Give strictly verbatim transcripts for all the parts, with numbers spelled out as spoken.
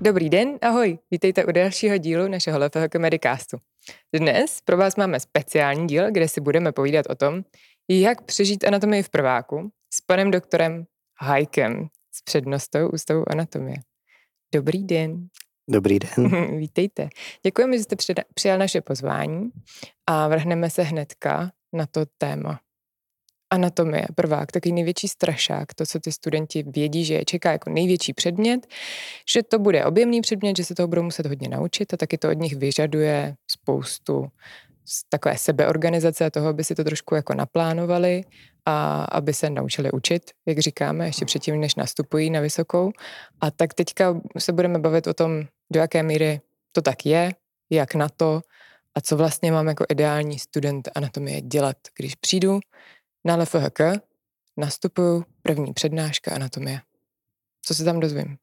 Dobrý den, ahoj, vítejte u dalšího dílu našeho LeFHK Medicastu. Dnes pro vás máme speciální díl, kde si budeme povídat o tom, jak přežít anatomii v prváku s panem doktorem Hajkem z přednostou Ústavu anatomie. Dobrý den. Dobrý den. Vítejte. Děkujeme, že jste přijal naše pozvání a vrhneme se hnedka na to téma. Anatomie, prvák, takový největší strašák, to, co ty studenti vědí, že je čeká jako největší předmět, že to bude objemný předmět, že se toho budou muset hodně naučit a taky to od nich vyžaduje spoustu takové sebeorganizace a toho, aby si to trošku jako naplánovali a aby se naučili učit, jak říkáme, ještě předtím, než nastupují na vysokou. A tak teďka se budeme bavit o tom, do jaké míry to tak je, jak na to a co vlastně mám jako ideální student anatomie dělat, když přijdu na LeFHK, nastupuju, první přednáška anatomie. Co se tam dozvím?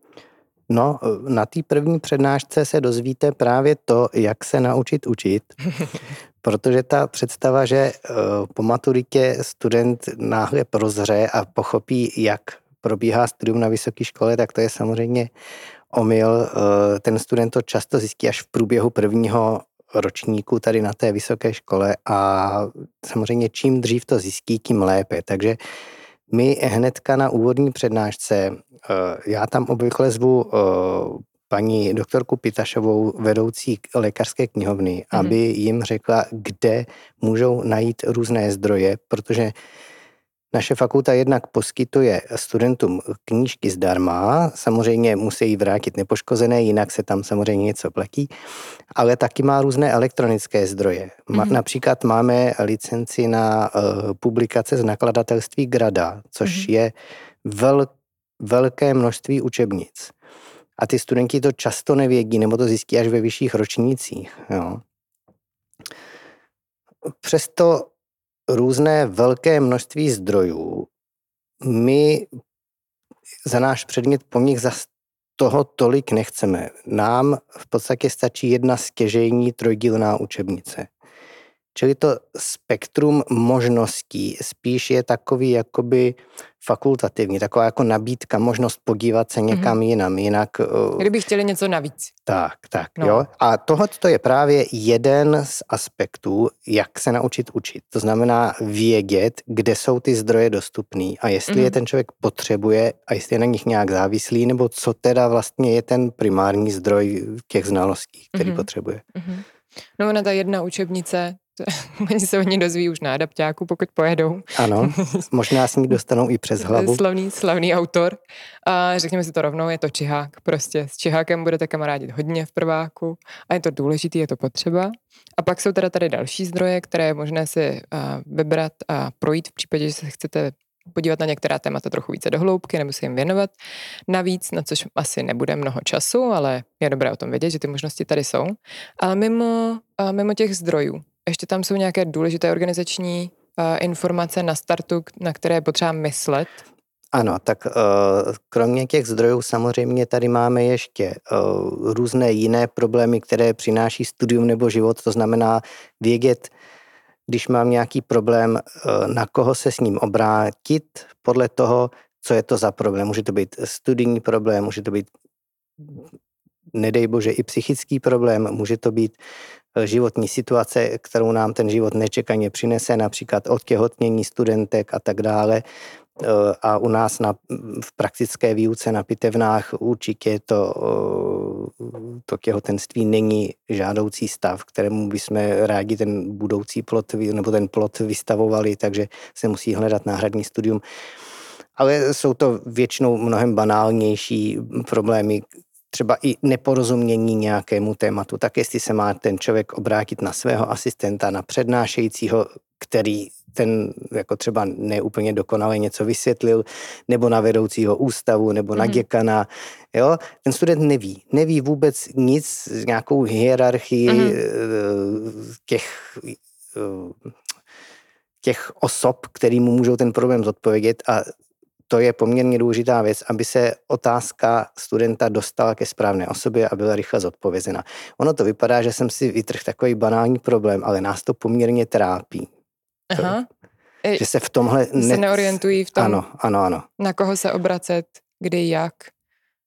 No, na té první přednášce se dozvíte právě to, jak se naučit učit, protože ta představa, že po maturitě student náhle prozře a pochopí, jak probíhá studium na vysoké škole, tak to je samozřejmě omyl. Ten student to často zjistí až v průběhu prvního ročníku tady na té vysoké škole a samozřejmě čím dřív to zjistí, tím lépe. Takže my hnedka na úvodní přednášce, já tam obvykle zvu paní doktorku Pitašovou, vedoucí lékařské knihovny, mm-hmm. aby jim řekla, kde můžou najít různé zdroje, protože naše fakulta jednak poskytuje studentům knížky zdarma, samozřejmě musí vrátit nepoškozené, jinak se tam samozřejmě něco platí, ale taky má různé elektronické zdroje. Mm-hmm. Například máme licenci na uh, publikace z nakladatelství Grada, což mm-hmm. je vel, velké množství učebnic. A ty studenti to často nevědí, nebo to zjistí až ve vyšších ročnících. Jo. Přesto různé velké množství zdrojů, my za náš předmět po nich za toho tolik nechceme. Nám v podstatě stačí jedna stěžejní trojdílná učebnice. Čili to spektrum možností spíš je takový jakoby fakultativní, taková jako nabídka, možnost podívat se někam mm-hmm. jinam, jinak... Kdyby chtěli něco navíc. Tak, tak, no. jo. A tohle je právě jeden z aspektů, jak se naučit učit. To znamená vědět, kde jsou ty zdroje dostupný a jestli mm-hmm. je ten člověk potřebuje a jestli je na nich nějak závislý, nebo co teda vlastně je ten primární zdroj těch znalostí, který mm-hmm. potřebuje. Mm-hmm. No ona ta jedna učebnice, oni se o ní dozví už na adapťáku, pokud pojedou. Ano, možná si ní dostanou i přes hlavu. Slavný, slavný autor. A řekněme si to rovnou, je to čihák. Prostě s čihákem budete kamarádit hodně v prváku a je to důležitý, je to potřeba. A pak jsou teda tady další zdroje, které je možné si vybrat a projít v případě, že se chcete podívat na některá témata trochu více dohloubky nebo se jim věnovat navíc, na což asi nebude mnoho času, ale je dobré o tom vědět, že ty možnosti tady jsou. Ale mimo, mimo těch zdrojů, ještě tam jsou nějaké důležité organizační informace na startu, na které je potřeba myslet. Ano, tak kromě těch zdrojů samozřejmě tady máme ještě různé jiné problémy, které přináší studium nebo život, to znamená vědět, když mám nějaký problém, na koho se s ním obrátit, podle toho, co je to za problém. Může to být studijní problém, může to být, nedej bože, i psychický problém, může to být životní situace, kterou nám ten život nečekaně přinese, například odtěhotnění studentek a tak dále. A u nás na, v praktické výuce na pitevnách určitě to, to těhotenství není žádoucí stav, kterému bychom rádi ten budoucí plod nebo ten plod vystavovali, takže se musí hledat náhradní studium. Ale jsou to většinou mnohem banálnější problémy, třeba i neporozumění nějakému tématu, tak jestli se má ten člověk obrátit na svého asistenta, na přednášejícího, který ten jako třeba neúplně dokonale něco vysvětlil, nebo na vedoucího ústavu, nebo mm-hmm. na děkana. Jo? Ten student neví. Neví vůbec nic, nějakou hierarchii mm-hmm. těch, těch osob, který mu můžou ten problém zodpovědět a to je poměrně důležitá věc, aby se otázka studenta dostala ke správné osobě a byla rychle zodpovězena. Ono to vypadá, že jsem si vytrhl takový banální problém, ale nás to poměrně trápí. Aha. To, že se v tomhle... Ne... Se neorientují v tom, ano, ano, ano. na koho se obracet, kdy, jak.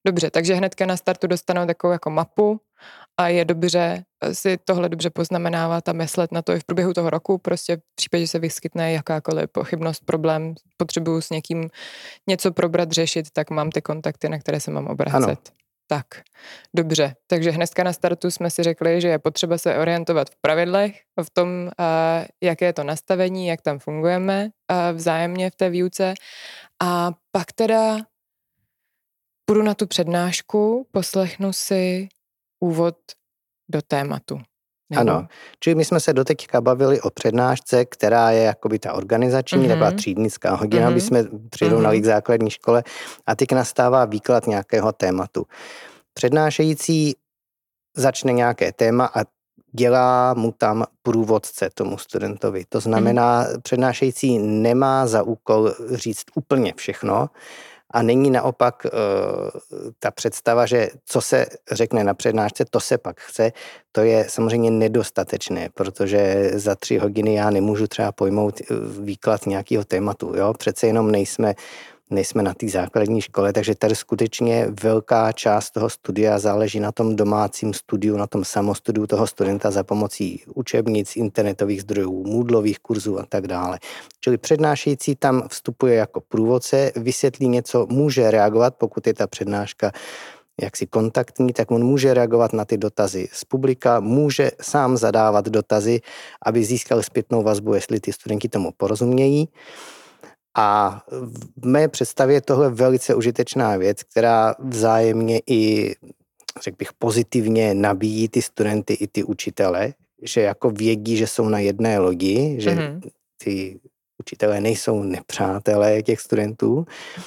Dobře, takže hnedka na startu dostanou takovou jako mapu a je dobře si tohle dobře poznamenávat a myslet na to i v průběhu toho roku, prostě v případě, že se vyskytne jakákoliv pochybnost, problém, potřebuju s někým něco probrat, řešit, tak mám ty kontakty, na které se mám obracet. Ano. Tak, dobře. Takže hnedka na startu jsme si řekli, že je potřeba se orientovat v pravidlech, v tom, jaké je to nastavení, jak tam fungujeme vzájemně v té výuce. A pak teda půjdu na tu přednášku, poslechnu si úvod do tématu. Nebo... Ano, čili my jsme se doteďka bavili o přednášce, která je jakoby ta organizační, mm-hmm. taková třídnická hodina, mm-hmm. by jsme přirovnali mm-hmm. k základní škole a teď nastává výklad nějakého tématu. Přednášející začne nějaké téma a dělá mu tam průvodce tomu studentovi. To znamená, mm-hmm. přednášející nemá za úkol říct úplně všechno, a není naopak uh, ta představa, že co se řekne na přednášce, to se pak chce, to je samozřejmě nedostatečné, protože za tři hodiny já nemůžu třeba pojmout výklad nějakého tématu. Jo? Přece jenom nejsme, nejsme na té základní škole, takže tady skutečně velká část toho studia záleží na tom domácím studiu, na tom samostudiu toho studenta za pomocí učebnic, internetových zdrojů, Moodlových kurzů a tak dále. Čili přednášející tam vstupuje jako průvodce, vysvětlí něco, může reagovat, pokud je ta přednáška jaksi kontaktní, tak on může reagovat na ty dotazy z publika, může sám zadávat dotazy, aby získal zpětnou vazbu, jestli ty studenti tomu porozumějí. A v mé představě je tohle velice užitečná věc, která vzájemně i, řekl bych, pozitivně nabíjí ty studenty i ty učitele, že jako vědí, že jsou na jedné lodi, že mm-hmm. ty učitelé nejsou nepřátelé těch studentů.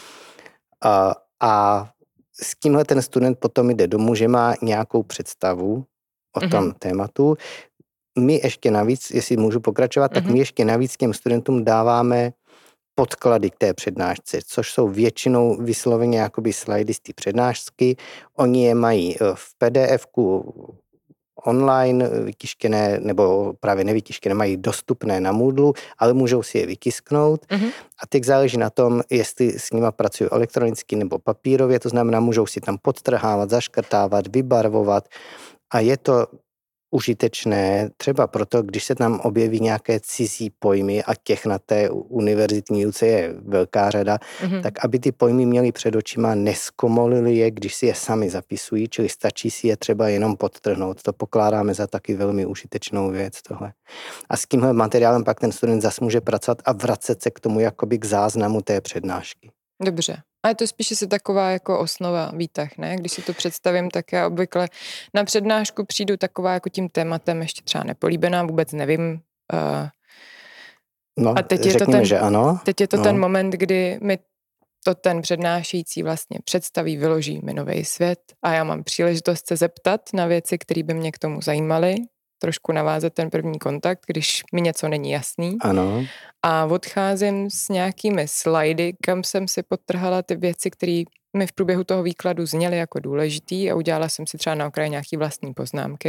A, a s tímhle ten student potom jde domů, že má nějakou představu o mm-hmm. tom tématu. My ještě navíc, jestli můžu pokračovat, mm-hmm. tak my ještě navíc těm studentům dáváme podklady k té přednášce, což jsou většinou vysloveně jakoby slajdy z té přednášky. Oni je mají v P D F ku online vytištěné, nebo právě nevytištěné, mají dostupné na Moodlu, ale můžou si je vytisknout. Mm-hmm. A teď záleží na tom, jestli s nima pracují elektronicky nebo papírově, to znamená, můžou si tam podtrhávat, zaškrtávat, vybarvovat a je to užitečné, třeba proto, když se tam objeví nějaké cizí pojmy a těch na té univerzitní výuce je velká řada, mm-hmm. tak aby ty pojmy měli před očima, neskomolili je, když si je sami zapisují, čili stačí si je třeba jenom podtrhnout. To pokládáme za taky velmi užitečnou věc tohle. A s tímhle materiálem pak ten student zas může pracovat a vracet se k tomu jakoby k záznamu té přednášky. Dobře. A je to spíše si taková jako osnova, výtah, ne? Když si to představím, tak já obvykle na přednášku přijdu taková jako tím tématem ještě třeba nepolíbená, vůbec nevím. Uh, no, a teď je to řekněme, ten, že ano. Teď je to no. ten moment, kdy mi to ten přednášející vlastně představí, vyloží mi nový svět a já mám příležitost se zeptat na věci, které by mě k tomu zajímaly, trošku navázat ten první kontakt, když mi něco není jasný. Ano. A odcházím s nějakými slajdy, kam jsem si podtrhala ty věci, které mi v průběhu toho výkladu zněly jako důležitý a udělala jsem si třeba na okraji nějaký vlastní poznámky.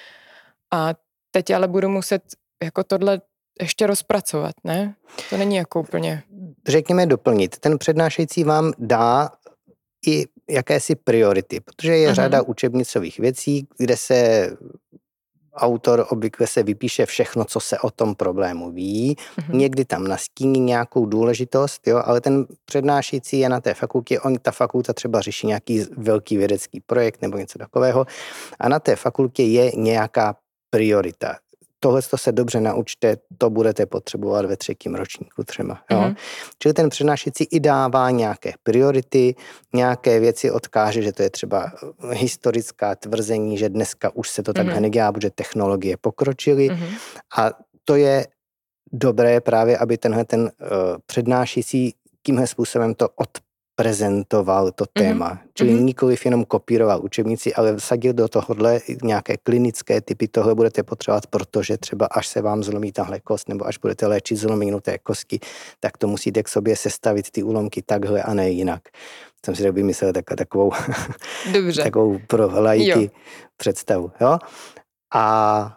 A teď ale budu muset jako tohle ještě rozpracovat, ne? To není jako úplně... Řekněme doplnit. Ten přednášející vám dá i jakési priority, protože je uh-huh. řada učebnicových věcí, kde se autor obvykle se vypíše všechno, co se o tom problému ví, mm-hmm. někdy tam nastíní nějakou důležitost, jo, ale ten přednášející je na té fakultě, on, ta fakulta třeba řeší nějaký velký vědecký projekt nebo něco takového a na té fakultě je nějaká priorita. Tohle se dobře naučte, to budete potřebovat ve třetím ročníku třeba. Jo? Mm-hmm. Čili ten přednášející i dává nějaké priority, nějaké věci odkáže, že to je třeba historická tvrzení, že dneska už se to tak mm-hmm. nedělá, protože technologie pokročily mm-hmm. a to je dobré právě, aby tenhle ten uh, přednášející tímhle způsobem to odprezentoval to téma. Mm-hmm. Čili mm-hmm. nikoliv jenom kopíroval učebnici, ale vsadil do tohohle nějaké klinické typy, tohle budete potřebovat, protože třeba až se vám zlomí tahle kost, nebo až budete léčit zlomení té kosti, tak to musíte k sobě sestavit ty úlomky takhle a ne jinak. Jsem si vymyslel tak, takovou, takovou pro lajky představu. Jo? A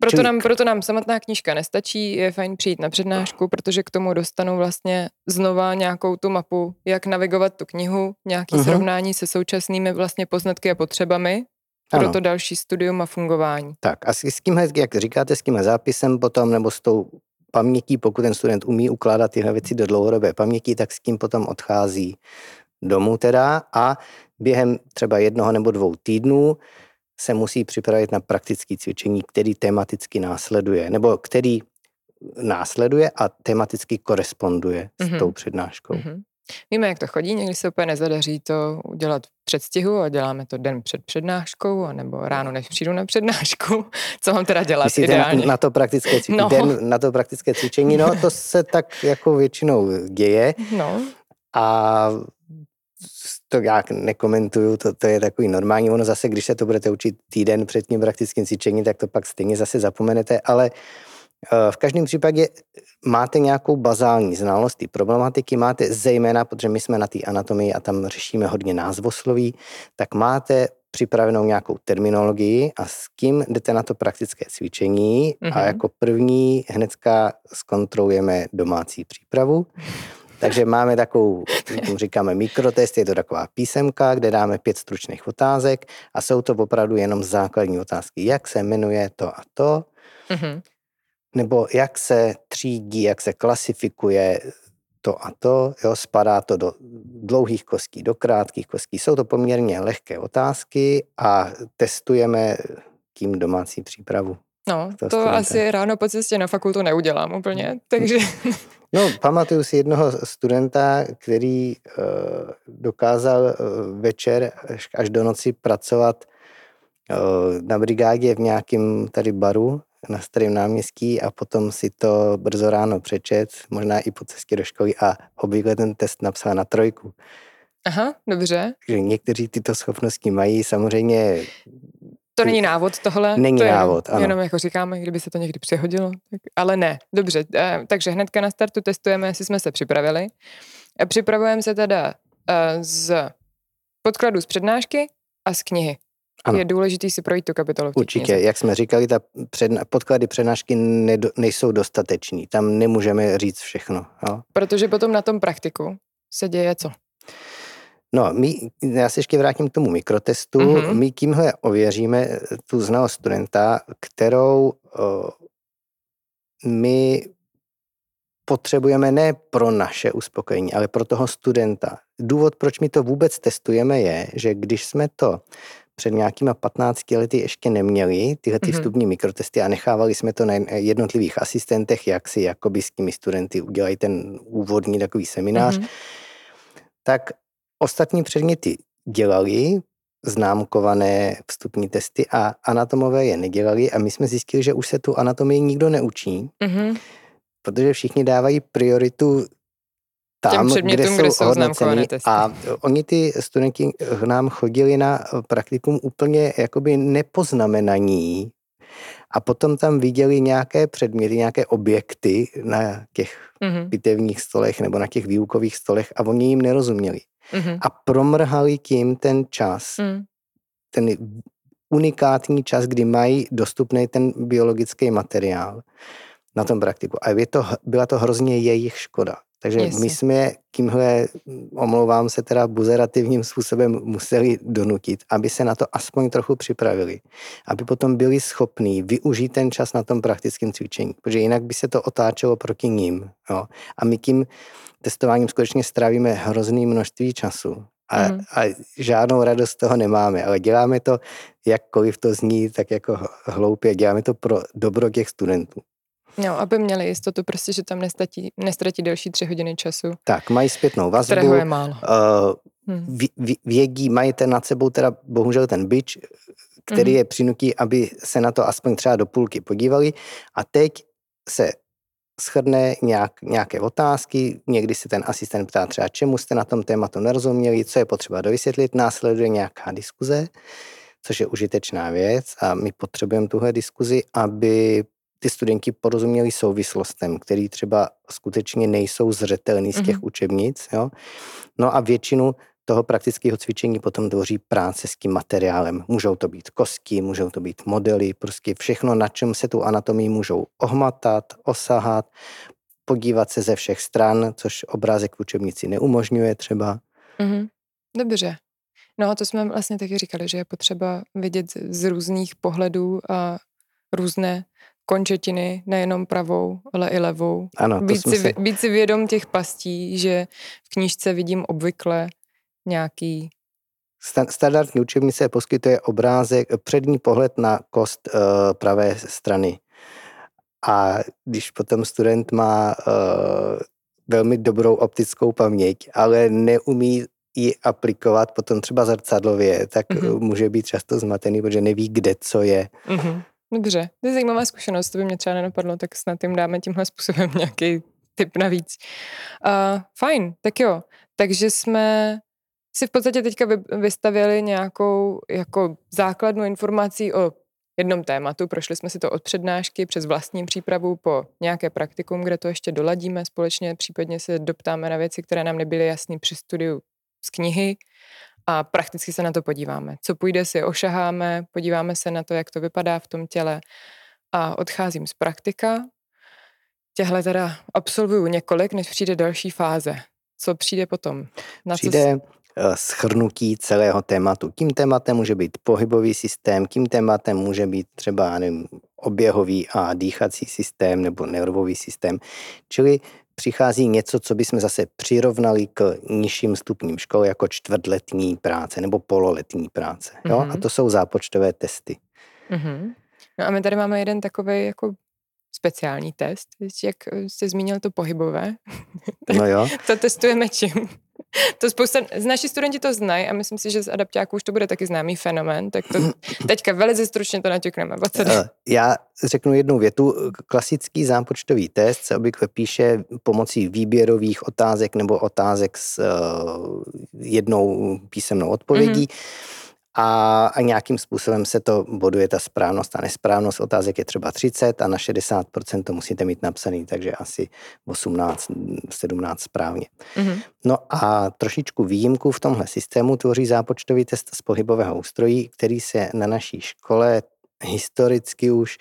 Proto Čili... nám, proto nám samotná knížka nestačí, je fajn přijít na přednášku, protože k tomu dostanou vlastně znova nějakou tu mapu, jak navigovat tu knihu, nějaký uh-huh. srovnání se současnými vlastně poznatky a potřebami pro to další studium a fungování. Tak a s tímhle, jak říkáte, s tímhle zápisem potom, nebo s tou pamětí, pokud ten student umí ukládat tyhle věci do dlouhodobé paměti, tak s tím potom odchází domů teda a během třeba jednoho nebo dvou týdnů se musí připravit na praktické cvičení, který tematicky následuje, nebo který následuje a tematicky koresponduje mm-hmm. s tou přednáškou. Mm-hmm. Víme, jak to chodí, někdy se úplně nezadaří to udělat v předstihu a děláme to den před přednáškou, nebo ráno, než přijdu na přednášku. Co mám teda dělat Myslíte ideálně? Na, na, to praktické cvičení, no. den, na to praktické cvičení, no to se tak jako většinou děje. No. A to já nekomentuju, to, to je takový normální. Ono zase, když se to budete učit týden před tím praktickým cvičením, tak to pak stejně zase zapomenete, ale v každém případě máte nějakou bazální znalost té problematiky, máte zejména, protože my jsme na té anatomii a tam řešíme hodně názvosloví, tak máte připravenou nějakou terminologii a s kým jdete na to praktické cvičení mm-hmm. a jako první hnedka zkontrolujeme domácí přípravu. Takže máme takovou, jak říkáme, mikrotest, je to taková písemka, kde dáme pět stručných otázek a jsou to opravdu jenom základní otázky. Jak se jmenuje to a to, mm-hmm. nebo jak se třídí, jak se klasifikuje to a to, jo, spadá to do dlouhých kostí, do krátkých kostí. Jsou to poměrně lehké otázky a testujeme tím domácí přípravu. No, to studenta. Asi ráno po cestě na fakultu neudělám úplně, takže... No, pamatuju si jednoho studenta, který uh, dokázal uh, večer až, až do noci pracovat uh, na brigádě v nějakém tady baru na Starém náměstí a potom si to brzo ráno přečet, možná i po cestě do školy a obvykle ten test napsal na trojku. Aha, dobře. Takže někteří tyto schopnosti mají, samozřejmě... To není návod tohle? Není to návod, jenom, ano. Jenom jako říkáme, kdyby se to někdy přehodilo. Tak, ale ne, dobře. Eh, takže hnedka na startu testujeme, jestli jsme se připravili. Eh, připravujeme se teda eh, z podkladu z přednášky a z knihy. Ano. Je důležitý si projít tu kapitolu v té Určitě, knize. Jak jsme říkali, ta předna- podklady přednášky nedo- nejsou dostateční. Tam nemůžeme říct všechno. Jo? Protože potom na tom praktiku se děje co? No, my, já se ještě vrátím k tomu mikrotestu. Mm-hmm. My tímhle ověříme tu znalost studenta, kterou o, my potřebujeme ne pro naše uspokojení, ale pro toho studenta. Důvod, proč my to vůbec testujeme, je, že když jsme to před nějakýma patnácti lety ještě neměli, tyhle ty mm-hmm. vstupní mikrotesty a nechávali jsme to na jednotlivých asistentech, jak si jakoby s těmi studenty udělají ten úvodní takový seminář, mm-hmm. tak ostatní předměty dělali známkované vstupní testy a anatomové je nedělali a my jsme zjistili, že už se tu anatomii nikdo neučí, mm-hmm. protože všichni dávají prioritu tam, kde jsou, kde jsou hodnocení a oni ty studenti nám chodili na praktikum úplně jakoby nepoznamenaní a potom tam viděli nějaké předměty, nějaké objekty na těch mm-hmm. pitevních stolech nebo na těch výukových stolech a oni jim nerozuměli. Mm-hmm. A promrhali tím ten čas, mm. ten unikátní čas, kdy mají dostupný ten biologický materiál na tom praktiku. A je to, byla to hrozně jejich škoda. Takže Jasně. my jsme tímhle, omlouvám se teda buzerativním způsobem, museli donutit, aby se na to aspoň trochu připravili. Aby potom byli schopní využít ten čas na tom praktickém cvičení. Protože jinak by se to otáčelo proti ním. Jo. A my tím testováním skutečně strávíme hrozný množství času. A, mm. a žádnou radost z toho nemáme. Ale děláme to, jakkoliv to zní, tak jako hloupě. Děláme to pro dobro těch studentů. No, aby měli jistotu prostě, že tam nestratí, nestratí další tři hodiny času. Tak, mají zpětnou vazbu. Kterého je málo. Uh, hmm. Vědí, mají ten nad sebou teda bohužel ten bič, který hmm. je přinutí, aby se na to aspoň třeba do půlky podívali. A teď se shrne nějak, nějaké otázky, někdy se ten asistent ptá třeba, čemu jste na tom tématu nerozuměli, co je potřeba dovysvětlit, následuje nějaká diskuze, což je užitečná věc a my potřebujeme tuhle diskuzi, aby ty studenti porozuměli souvislostem, který třeba skutečně nejsou zřetelný z těch mm-hmm. učebnic. Jo? No a většinu toho praktického cvičení potom tvoří práce s tím materiálem. Můžou to být kostky, můžou to být modely, prostě všechno, na čem se tu anatomii můžou ohmatat, osahat, podívat se ze všech stran, což obrázek v učebnici neumožňuje třeba. Mm-hmm. Dobře. No a to jsme vlastně taky říkali, že je potřeba vidět z různých pohledů a různé končetiny, nejenom pravou, ale i levou. Ano, to být, si, se... být si vědom těch pastí, že v knížce vidím obvykle nějaký... Standardní učebnice poskytuje obrázek, přední pohled na kost uh, pravé strany. A když potom student má uh, velmi dobrou optickou paměť, ale neumí ji aplikovat potom třeba zrcadlově, tak mm-hmm. může být často zmatený, protože neví, kde co je. Mm-hmm. Dobře, to je zajímavá zkušenost, to by mě třeba nenapadlo, tak snad jim dáme tímhle způsobem nějaký tip navíc. Uh, fajn, tak jo. Takže jsme si v podstatě teďka vystavili nějakou jako základnu informací o jednom tématu. Prošli jsme si to od přednášky přes vlastní přípravu po nějaké praktikum, kde to ještě doladíme společně, případně se doptáme na věci, které nám nebyly jasné při studiu z knihy a prakticky se na to podíváme. Co půjde, si ošaháme, podíváme se na to, jak to vypadá v tom těle a odcházím z praktika. Těhle teda absolvuju několik, než přijde další fáze. Co přijde potom? Na přijde co... shrnutí celého tématu. Tím tématem může být pohybový systém, tím tématem může být třeba nevím, oběhový a dýchací systém nebo nervový systém. Čili přichází něco, co bychom zase přirovnali k nižším stupním školy jako čtvrtletní práce nebo pololetní práce. Jo? Mm-hmm. A to jsou zápočtové testy. Mm-hmm. No a my tady máme jeden takovej jako speciální test. Jak jste zmínil to pohybové, tak no jo. to testujeme čím? To spousta, z naši studenti to znají a myslím si, že z adaptáků už to bude taky známý fenomén, tak to teďka velice stručně to naťukneme. Já řeknu jednu větu. Klasický zápočtový test se obvykle píše pomocí výběrových otázek nebo otázek s uh, jednou písemnou odpovědí. Mm-hmm. A, a nějakým způsobem se to boduje ta správnost a nesprávnost. Otázek je třeba třicet a na šedesát procent to musíte mít napsaný, takže asi osmnáct sedmnáct správně. Mm-hmm. No a trošičku výjimku v tomhle systému tvoří zápočtový test z pohybového ústrojí, který se na naší škole historicky už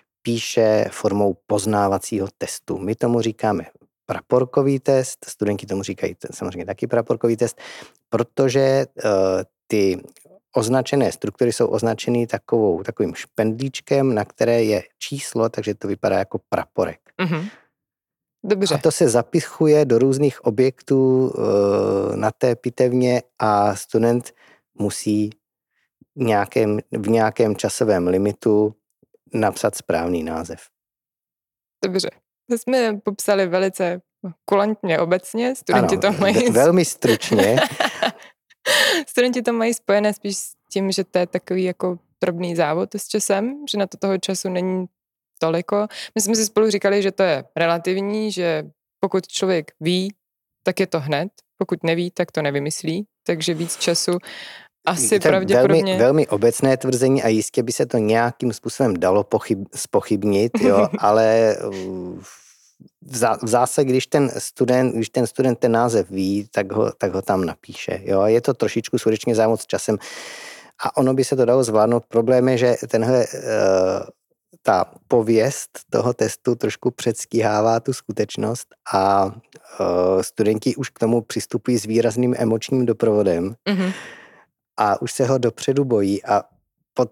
píše formou poznávacího testu. My tomu říkáme praporkový test, studenti tomu říkají samozřejmě taky praporkový test, protože uh, ty označené struktury jsou označený takovou, takovým špendlíčkem, na které je číslo, takže to vypadá jako praporek. Mm-hmm. Dobře. A to se zapichuje do různých objektů e, na té pitevně a student musí nějakém, v nějakém časovém limitu napsat správný název. Dobře. To jsme popsali velice kulantně obecně. Studenti ano, to mají... velmi stručně. Studenti to mají spojené spíš s tím, že to je takový jako drobný závod s časem, že na to toho času není toliko. My jsme si spolu říkali, že to je relativní, že pokud člověk ví, tak je to hned, pokud neví, tak to nevymyslí, takže víc času asi to pravděpodobně... Velmi, velmi obecné tvrzení a jistě by se to nějakým způsobem dalo pochyb, spochybnit, jo, ale v, zá, v zásadě, když ten student, když ten student ten název ví, tak ho, tak ho tam napíše. Jo. Je to trošičku skutečně závod s časem a ono by se to dalo zvládnout. Problém je, že tenhle uh, ta pověst toho testu trošku předstihává tu skutečnost a uh, studenti už k tomu přistupují s výrazným emočním doprovodem mm-hmm. a už se ho dopředu bojí a pod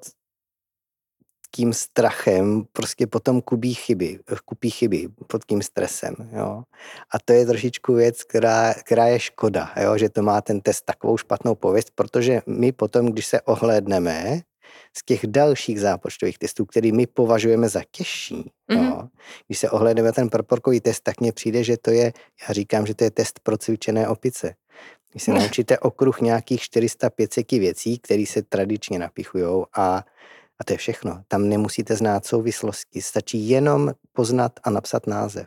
tím strachem prostě potom kubí chyby, kupí chyby pod tím stresem, jo. A to je trošičku věc, která, která je škoda, jo, že to má ten test takovou špatnou pověst, protože my potom, když se ohlédneme z těch dalších zápočtových testů, který my považujeme za těžší, mm-hmm. jo, když se ohlédneme ten proporkový test, tak mně přijde, že to je, já říkám, že to je test pro cvičené opice. Když se naučíte okruh nějakých čtyři sta pět set věcí, které se tradičně napichujou a A to je všechno. Tam nemusíte znát souvislosti. Stačí jenom poznat a napsat název.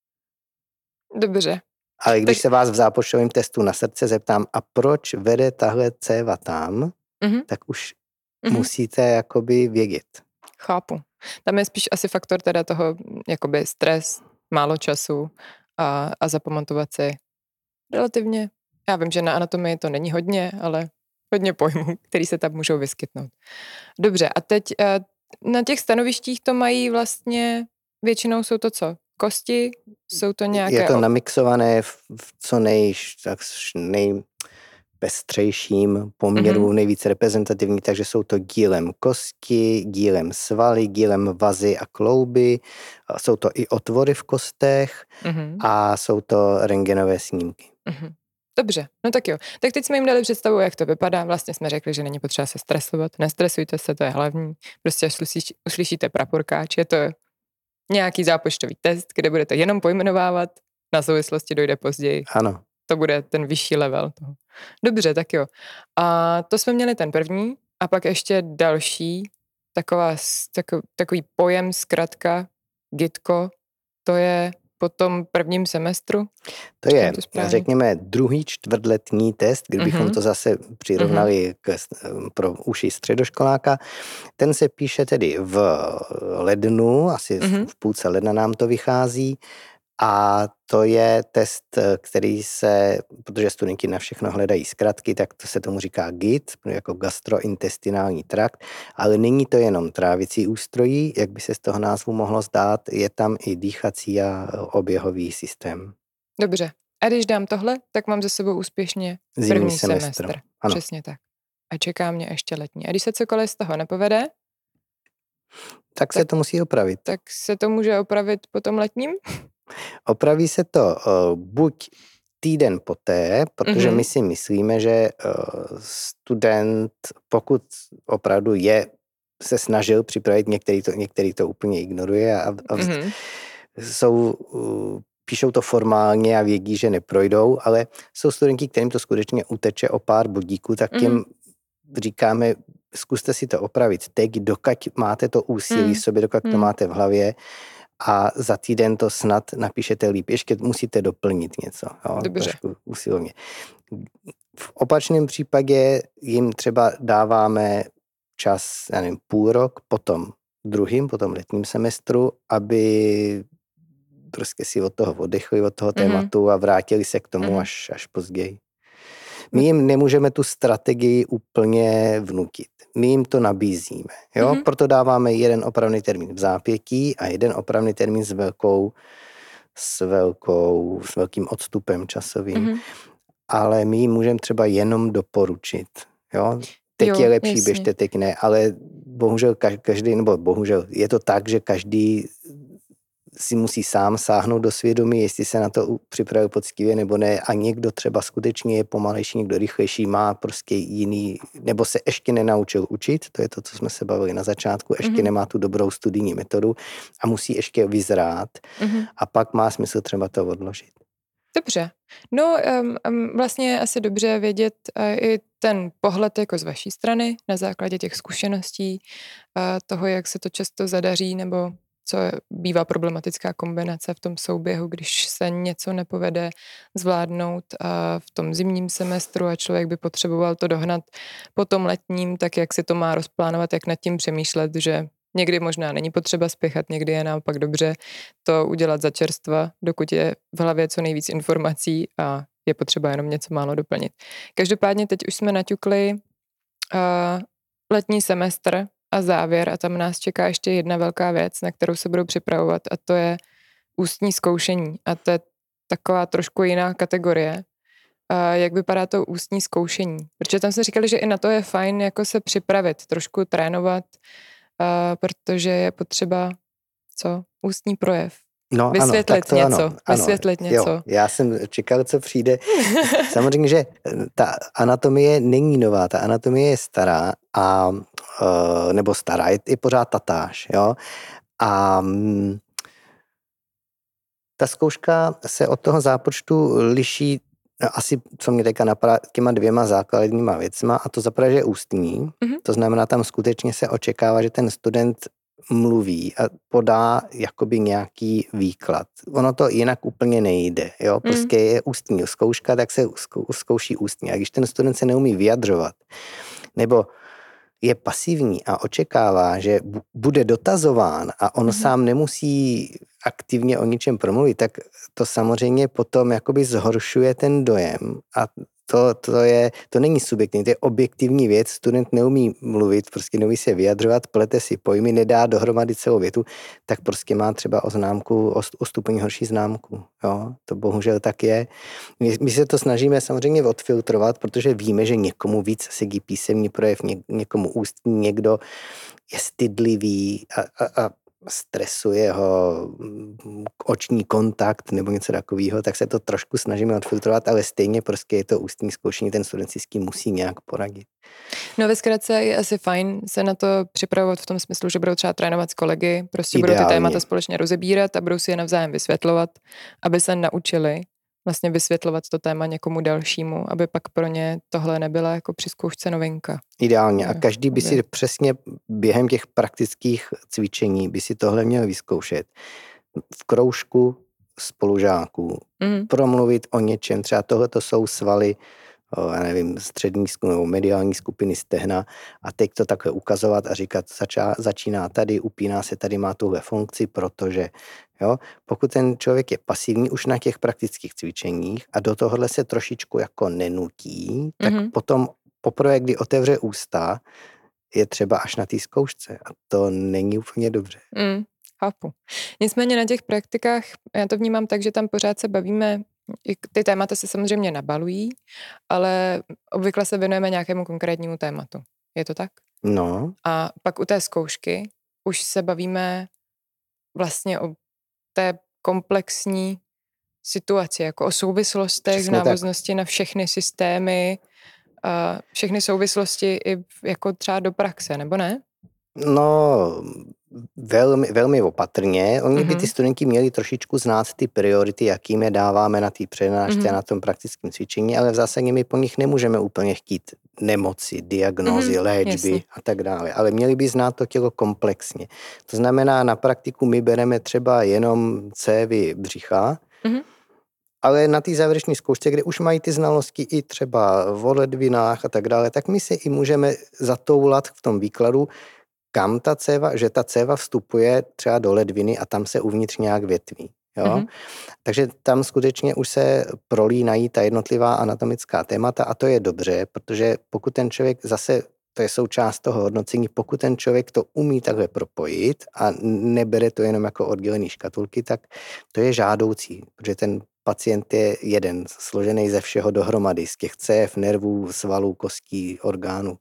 Dobře. Ale když tak... se vás v zápočtovém testu na srdce zeptám, a proč vede tahle céva tam, mm-hmm. tak už mm-hmm. musíte jakoby vědět. Chápu. Tam je spíš asi faktor teda toho, jakoby stres, málo času a, a zapamatovat si relativně Já vím, že na anatomii to není hodně, ale hodně pojmů, který se tam můžou vyskytnout. Dobře, a teď na těch stanovištích to mají vlastně, většinou jsou to co? Kosti? Jsou to nějaké... Je to namixované v, v co nej, tak nejpestřejším poměru, mm-hmm. nejvíc reprezentativní, takže jsou to dílem kosti, dílem svaly, dílem vazy a klouby, jsou to i otvory v kostech mm-hmm. a jsou to rentgenové snímky. Mm-hmm. Dobře, no tak jo. Tak teď jsme jim dali představu, jak to vypadá. Vlastně jsme řekli, že není potřeba se stresovat. Nestresujte se, to je hlavní. Prostě až uslyšíte praporkáč, je to nějaký zápočtový test, kde budete jenom pojmenovávat, na souvislosti dojde později. Ano. To bude ten vyšší level toho. Dobře, tak jo. A to jsme měli ten první a pak ještě další, taková, takový, takový pojem, zkratka, gitko, to je po tom prvním semestru? To je, to řekněme, druhý čtvrtletní test, kdybychom mm-hmm. to zase přirovnali mm-hmm. k, pro uši středoškoláka. Ten se píše tedy v lednu, asi mm-hmm. v půlce ledna nám to vychází. A to je test, který se, protože studenti na všechno hledají zkratky, tak to se tomu říká G I T, jako gastrointestinální trakt, ale není to jenom trávicí ústrojí, jak by se z toho názvu mohlo zdát, je tam i dýchací a oběhový systém. Dobře. A když dám tohle, tak mám za sebou úspěšně první Zimní semestr. semestr. Ano. Přesně tak. A čeká mě ještě letní. A když se cokoliv z toho nepovede, tak, tak se to musí opravit. Tak se to může opravit po tom letním? Opraví se to uh, buď týden poté, protože mm-hmm. my si myslíme, že uh, student, pokud opravdu je, se snažil připravit, některý to, některý to úplně ignoruje a, a mm-hmm. jsou, uh, píšou to formálně a vědí, že neprojdou, ale jsou studenti, kterým to skutečně uteče o pár bodíků, tak těm mm-hmm. říkáme, zkuste si to opravit teď, dokud máte to úsilí mm. v sobě, dokud mm. to máte v hlavě, a za týden to snad napíšete líp. Ještě musíte doplnit něco. Jo, trošku usilovně. V opačném případě jim třeba dáváme čas, já nevím, půl rok, potom druhým, potom letním semestru, aby prostě si od toho oddechli, od toho tématu mm-hmm. a vrátili se k tomu mm-hmm. až, až později. My jim nemůžeme tu strategii úplně vnutit. My jim to nabízíme. Jo? Mm-hmm. Proto dáváme jeden opravný termín v zápětí a jeden opravný termín s velkou, s velkou, s velkým odstupem časovým. Mm-hmm. Ale my jim můžeme třeba jenom doporučit. Jo? Teď jo, je lepší, jasně. Běžte, teď ne. Ale bohužel každý, nebo bohužel je to tak, že každý si musí sám sáhnout do svědomí, jestli se na to připravil poctivě nebo ne, a někdo třeba skutečně je pomalejší, někdo rychlejší, má prostě jiný, nebo se ještě nenaučil učit, to je to, co jsme se bavili na začátku, ještě mm-hmm. nemá tu dobrou studijní metodu a musí ještě vyzrát mm-hmm. a pak má smysl třeba to odložit. Dobře. No um, um, vlastně je asi dobře vědět uh, i ten pohled jako z vaší strany na základě těch zkušeností, uh, toho, jak se to často zadaří, nebo co bývá problematická kombinace v tom souběhu, když se něco nepovede zvládnout a v tom zimním semestru a člověk by potřeboval to dohnat po tom letním, tak jak si to má rozplánovat, jak nad tím přemýšlet, že někdy možná není potřeba spěchat, někdy je naopak dobře to udělat za čerstva, dokud je v hlavě co nejvíc informací a je potřeba jenom něco málo doplnit. Každopádně teď už jsme naťukli uh, letní semestr a závěr a tam nás čeká ještě jedna velká věc, na kterou se budou připravovat, a to je ústní zkoušení. A to je taková trošku jiná kategorie. A jak vypadá to ústní zkoušení? Protože tam jsme říkali, že i na to je fajn jako se připravit, trošku trénovat, a protože je potřeba co? Ústní projev. No, vysvětlit ano, něco. Ano, vysvětlit ano, něco. Jo, já jsem čekal, co přijde. Samozřejmě, že ta anatomie není nová, ta anatomie je stará, a, nebo stará, je, je pořád tatáž. Jo? A ta zkouška se od toho zápočtu liší asi, co mě teďka napadá, těma dvěma základníma věcma, a to zaprvé, že je ústní, mm-hmm. to znamená, tam skutečně se očekává, že ten student mluví a podá jakoby nějaký výklad. Ono to jinak úplně nejde, jo, prostě je ústní zkouška, tak se zkouší ústně. A když ten student se neumí vyjadřovat, nebo je pasivní a očekává, že bude dotazován a on mm-hmm. sám nemusí aktivně o ničem promluvit, tak to samozřejmě potom jakoby zhoršuje ten dojem a To, to, je, to není subjektivní, to je objektivní věc, student neumí mluvit, prostě neumí se vyjadřovat, plete si pojmy, nedá dohromady celou větu, tak prostě má třeba o známku, o, o stupň horší známku. Jo? To bohužel tak je. My, my se to snažíme samozřejmě odfiltrovat, protože víme, že někomu víc sedí písemný projev, ně, někomu ústní, někdo je stydlivý a, a, a stresuje ho oční kontakt nebo něco takového, tak se to trošku snažíme odfiltrovat, ale stejně prostě je to ústní zkoušení, ten student si s tím musí nějak poradit. No ve zkratce je asi fajn se na to připravovat v tom smyslu, že budou třeba trénovat s kolegy, prostě Ideálně. budou ty témata společně rozebírat a budou si je navzájem vysvětlovat, aby se naučili vlastně vysvětlovat to téma někomu dalšímu, aby pak pro ně tohle nebyla jako při zkoušce novinka. Ideálně. A každý by si přesně během těch praktických cvičení by si tohle měl vyzkoušet. V kroužku spolužáků. Mm. Promluvit o něčem. Třeba tohleto jsou svaly, já nevím, střední nebo mediální skupiny stehna a teď to takhle ukazovat a říkat, začá, začíná tady, upíná se tady, má tuhle funkci, protože jo, pokud ten člověk je pasivní už na těch praktických cvičeních a do tohohle se trošičku jako nenutí, tak mm-hmm. potom poprvé, kdy otevře ústa, je třeba až na té zkoušce a to není úplně dobře. Mm, chápu. Nicméně na těch praktikách, já to vnímám tak, že tam pořád se bavíme, ty témata se samozřejmě nabalují, ale obvykle se věnujeme nějakému konkrétnímu tématu. Je to tak? No. A pak u té zkoušky už se bavíme vlastně o té komplexní situaci, jako o souvislostech, Přesně v návaznosti tak. Na všechny systémy, a všechny souvislosti i jako třeba do praxe, nebo ne? No, velmi, velmi opatrně. Oni mm-hmm. by ty studenti měli trošičku znát ty priority, jakým je dáváme na té přednášce mm-hmm. a na tom praktickém cvičení, ale v zásadě my po nich nemůžeme úplně chtít nemoci, diagnózy, mm-hmm. léčby Jasně. a tak dále. Ale měli by znát to tělo komplexně. To znamená, na praktiku my bereme třeba jenom cévy břicha, mm-hmm. ale na té závěrečné zkoušce, kde už mají ty znalosti i třeba o ledvinách a tak dále, tak my se i můžeme zatoulat v tom výkladu, kam ta céva, že ta céva vstupuje třeba do ledviny a tam se uvnitř nějak větví. Jo? Mm-hmm. Takže tam skutečně už se prolínají ta jednotlivá anatomická témata a to je dobře, protože pokud ten člověk zase, to je součást toho hodnocení, pokud ten člověk to umí takhle propojit a nebere to jenom jako oddělený škatulky, tak to je žádoucí, protože ten pacient je jeden, složený ze všeho dohromady, z těch cév, nervů, svalů, kostí, orgánů.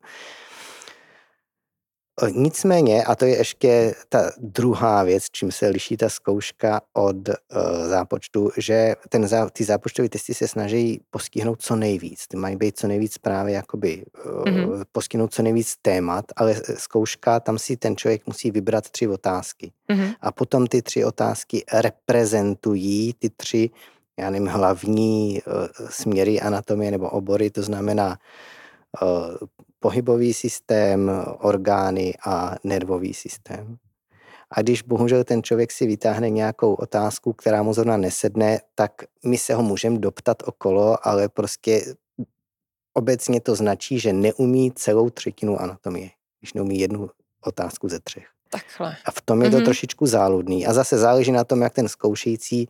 Nicméně, a to je ještě ta druhá věc, čím se liší ta zkouška od uh, zápočtu, že ten zá, ty zápočtové testy se snaží postihnout co nejvíc. Ty mají být co nejvíc právě jakoby uh, mm-hmm. postihnout co nejvíc témat, ale zkouška, tam si ten člověk musí vybrat tři otázky. Mm-hmm. A potom ty tři otázky reprezentují ty tři, já nevím, hlavní uh, směry anatomie nebo obory, to znamená uh, pohybový systém, orgány a nervový systém. A když bohužel ten člověk si vytáhne nějakou otázku, která mu zrovna nesedne, tak my se ho můžeme doptat okolo, ale prostě obecně to značí, že neumí celou třetinu anatomie, když neumí jednu otázku ze třech. Takhle. A v tom je to mm-hmm. trošičku záludný. A zase záleží na tom, jak ten zkoušející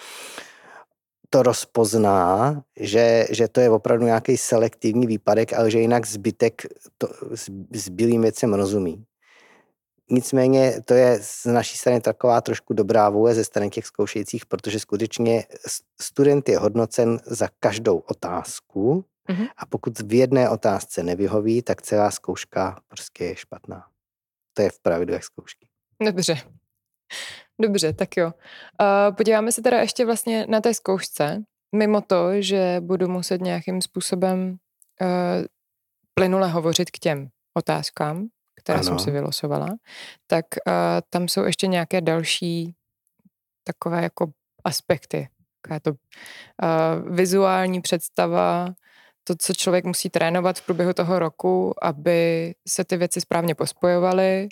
to rozpozná, že, že to je opravdu nějaký selektivní výpadek, ale že jinak zbytek to, zbylým věcem rozumí. Nicméně to je z naší strany taková trošku dobrá vůle ze strany těch zkoušejících, protože skutečně student je hodnocen za každou otázku mm-hmm. a pokud v jedné otázce nevyhoví, tak celá zkouška prostě je špatná. To je v pravidlech zkoušky. Dobře. Dobře, tak jo. Uh, podíváme se teda ještě vlastně na té zkoušce, mimo to, že budu muset nějakým způsobem uh, plynule hovořit k těm otázkám, které ano. jsem si vylosovala, tak uh, tam jsou ještě nějaké další takové jako aspekty. Taká to uh, vizuální představa, to, co člověk musí trénovat v průběhu toho roku, aby se ty věci správně pospojovaly,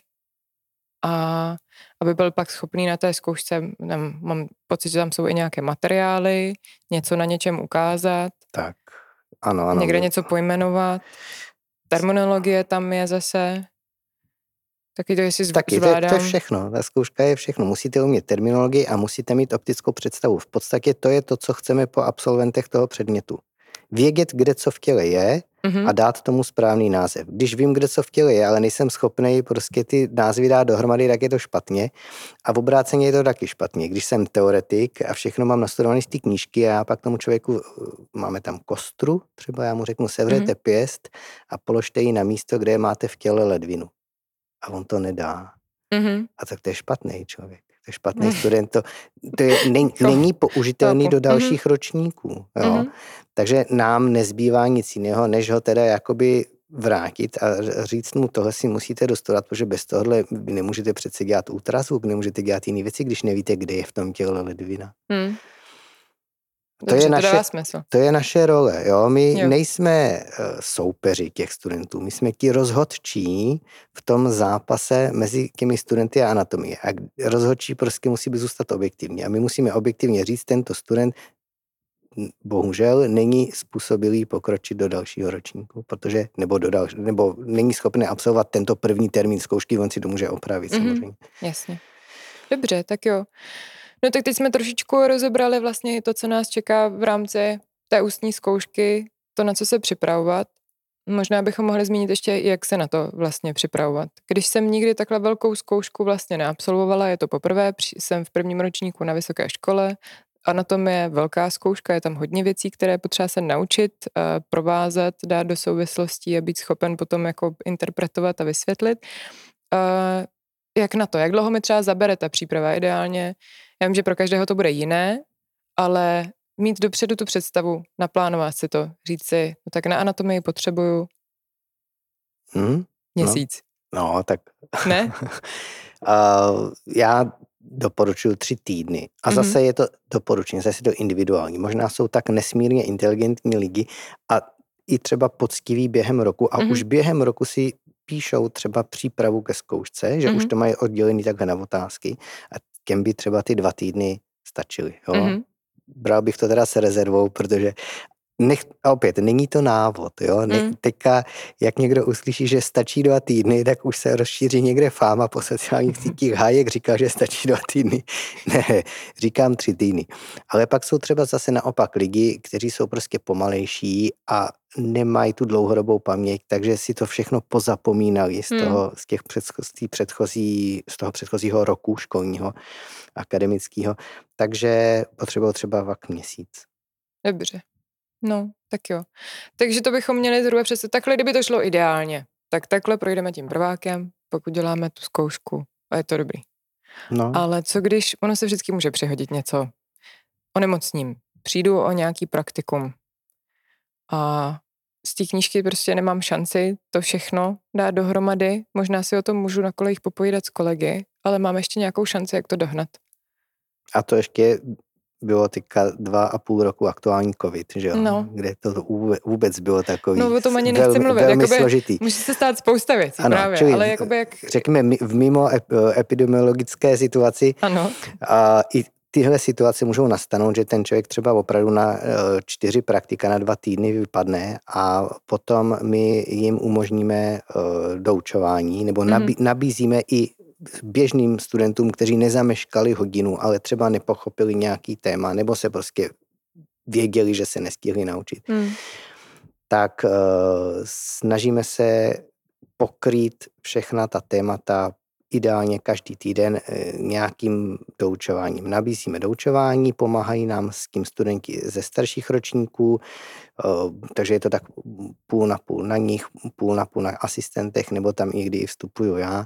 a aby byl pak schopný na té zkoušce, nem, mám pocit, že tam jsou i nějaké materiály, něco na něčem ukázat. Tak, ano, ano. Někde něco pojmenovat. Terminologie tam je zase. Taky to, jestli Taky, zvládám. To, to je všechno, ta zkouška je všechno. Musíte umět terminologii a musíte mít optickou představu. V podstatě to je to, co chceme po absolventech toho předmětu. vědět, kde co v těle je mm-hmm. a dát tomu správný název. Když vím, kde co v těle je, ale nejsem schopný prostě ty názvy dát dohromady, tak je to špatně. A v obráceně je to taky špatně. Když jsem teoretik a všechno mám nastudované z té knížky a já pak tomu člověku, máme tam kostru, třeba já mu řeknu, sevřete mm-hmm. pěst a položte ji na místo, kde máte v těle ledvinu. A on to nedá. Mm-hmm. A tak to je špatný člověk. To je špatný mm. student. To, to je, ne, není použitelný do dalších mm-hmm. ročníků. Jo? Mm-hmm. Takže nám nezbývá nic jiného, než ho teda jakoby vrátit a říct mu, tohle si musíte dostat, protože bez tohohle vy nemůžete přece dělat ultrazvuk, nemůžete dělat jiné věci, když nevíte, kde je v tom těle ledvina. Mm. To, Dobře, je naše, to, smysl. to je naše role. Jo? My jo. nejsme soupeři těch studentů, my jsme ti rozhodčí v tom zápase mezi těmi studenty a anatomie. A rozhodčí prostě musí být zůstat objektivní. A my musíme objektivně říct, tento student bohužel není způsobilý pokročit do dalšího ročníku, protože nebo, do další, nebo není schopný absolvovat tento první termín zkoušky, on si to může opravit mm-hmm. samozřejmě. Jasně. Dobře, tak jo. No tak teď jsme trošičku rozebrali vlastně to, co nás čeká v rámci té ústní zkoušky, to, na co se připravovat. Možná bychom mohli zmínit ještě, jak se na to vlastně připravovat. Když jsem nikdy takhle velkou zkoušku vlastně neabsolvovala, je to poprvé, jsem v prvním ročníku na vysoké škole, anatomie je velká zkouška, je tam hodně věcí, které potřeba se naučit, provázat, dát do souvislostí a být schopen potom jako interpretovat a vysvětlit. Jak na to? Jak dlouho mi třeba zabere ta příprava ideálně? Já vím, že pro každého to bude jiné, ale mít dopředu tu představu, naplánovat si to, říct si, no tak na anatomii potřebuju hmm, měsíc. No, no tak... Ne? uh, já doporučuji tři týdny. A zase mm-hmm. je to doporučení, zase je to individuální. Možná jsou tak nesmírně inteligentní lidi a i třeba poctiví během roku a mm-hmm. už během roku si píšou třeba přípravu ke zkoušce, že mm-hmm. už to mají oddělený takhle na otázky a těm by třeba ty dva týdny stačily. Jo? Mm-hmm. Bral bych to teda se rezervou, protože nech, a opět, není to návod. Jo? Ne, mm. Teďka, jak někdo uslyší, že stačí dva týdny, tak už se rozšíří někde fáma po sociálních sítích. Hájek říkal, že stačí dva týdny. Ne, říkám tři týdny. Ale pak jsou třeba zase naopak lidi, kteří jsou prostě pomalejší a nemají tu dlouhodobou paměť, takže si to všechno pozapomínali z toho, mm. z těch předchozí, předchozí, z toho předchozího roku školního, akademického. Takže potřebují třeba vak měsíc. Dobře. No, tak jo. Takže to bychom měli zhruba přes takhle, kdyby to šlo ideálně. Tak takhle projdeme tím prvákem, pokud děláme tu zkoušku a je to dobrý. No. Ale co když, ono se vždycky může přihodit něco onemocním. Přijdu o nějaký praktikum a z té knížky prostě nemám šanci to všechno dát dohromady. Možná si o tom můžu na kolejích popovídat s kolegy, ale mám ještě nějakou šanci, jak to dohnat. A to ještě bylo teďka dva a půl roku aktuální covid, že jo? No. Kde to vůbec bylo takový no, o tom ani nechci velmi, mluvit. velmi jakoby, složitý. Může se stát spousta věcí, ano, právě. Čili, ale jakoby jak... Řekněme, v mimo epidemiologické situaci ano. A i tyhle situace můžou nastanout, že ten člověk třeba opravdu na čtyři praktika na dva týdny vypadne a potom my jim umožníme doučování nebo nabí, mm. nabízíme i běžným studentům, kteří nezameškali hodinu, ale třeba nepochopili nějaký téma, nebo se prostě věděli, že se nestihli naučit. Hmm. Tak uh, snažíme se pokrýt všechna ta témata ideálně každý týden nějakým doučováním. Nabízíme doučování, pomáhají nám s tím studenti ze starších ročníků, takže je to tak půl na půl na nich, půl na půl na asistentech, nebo tam i kdy vstupuju já.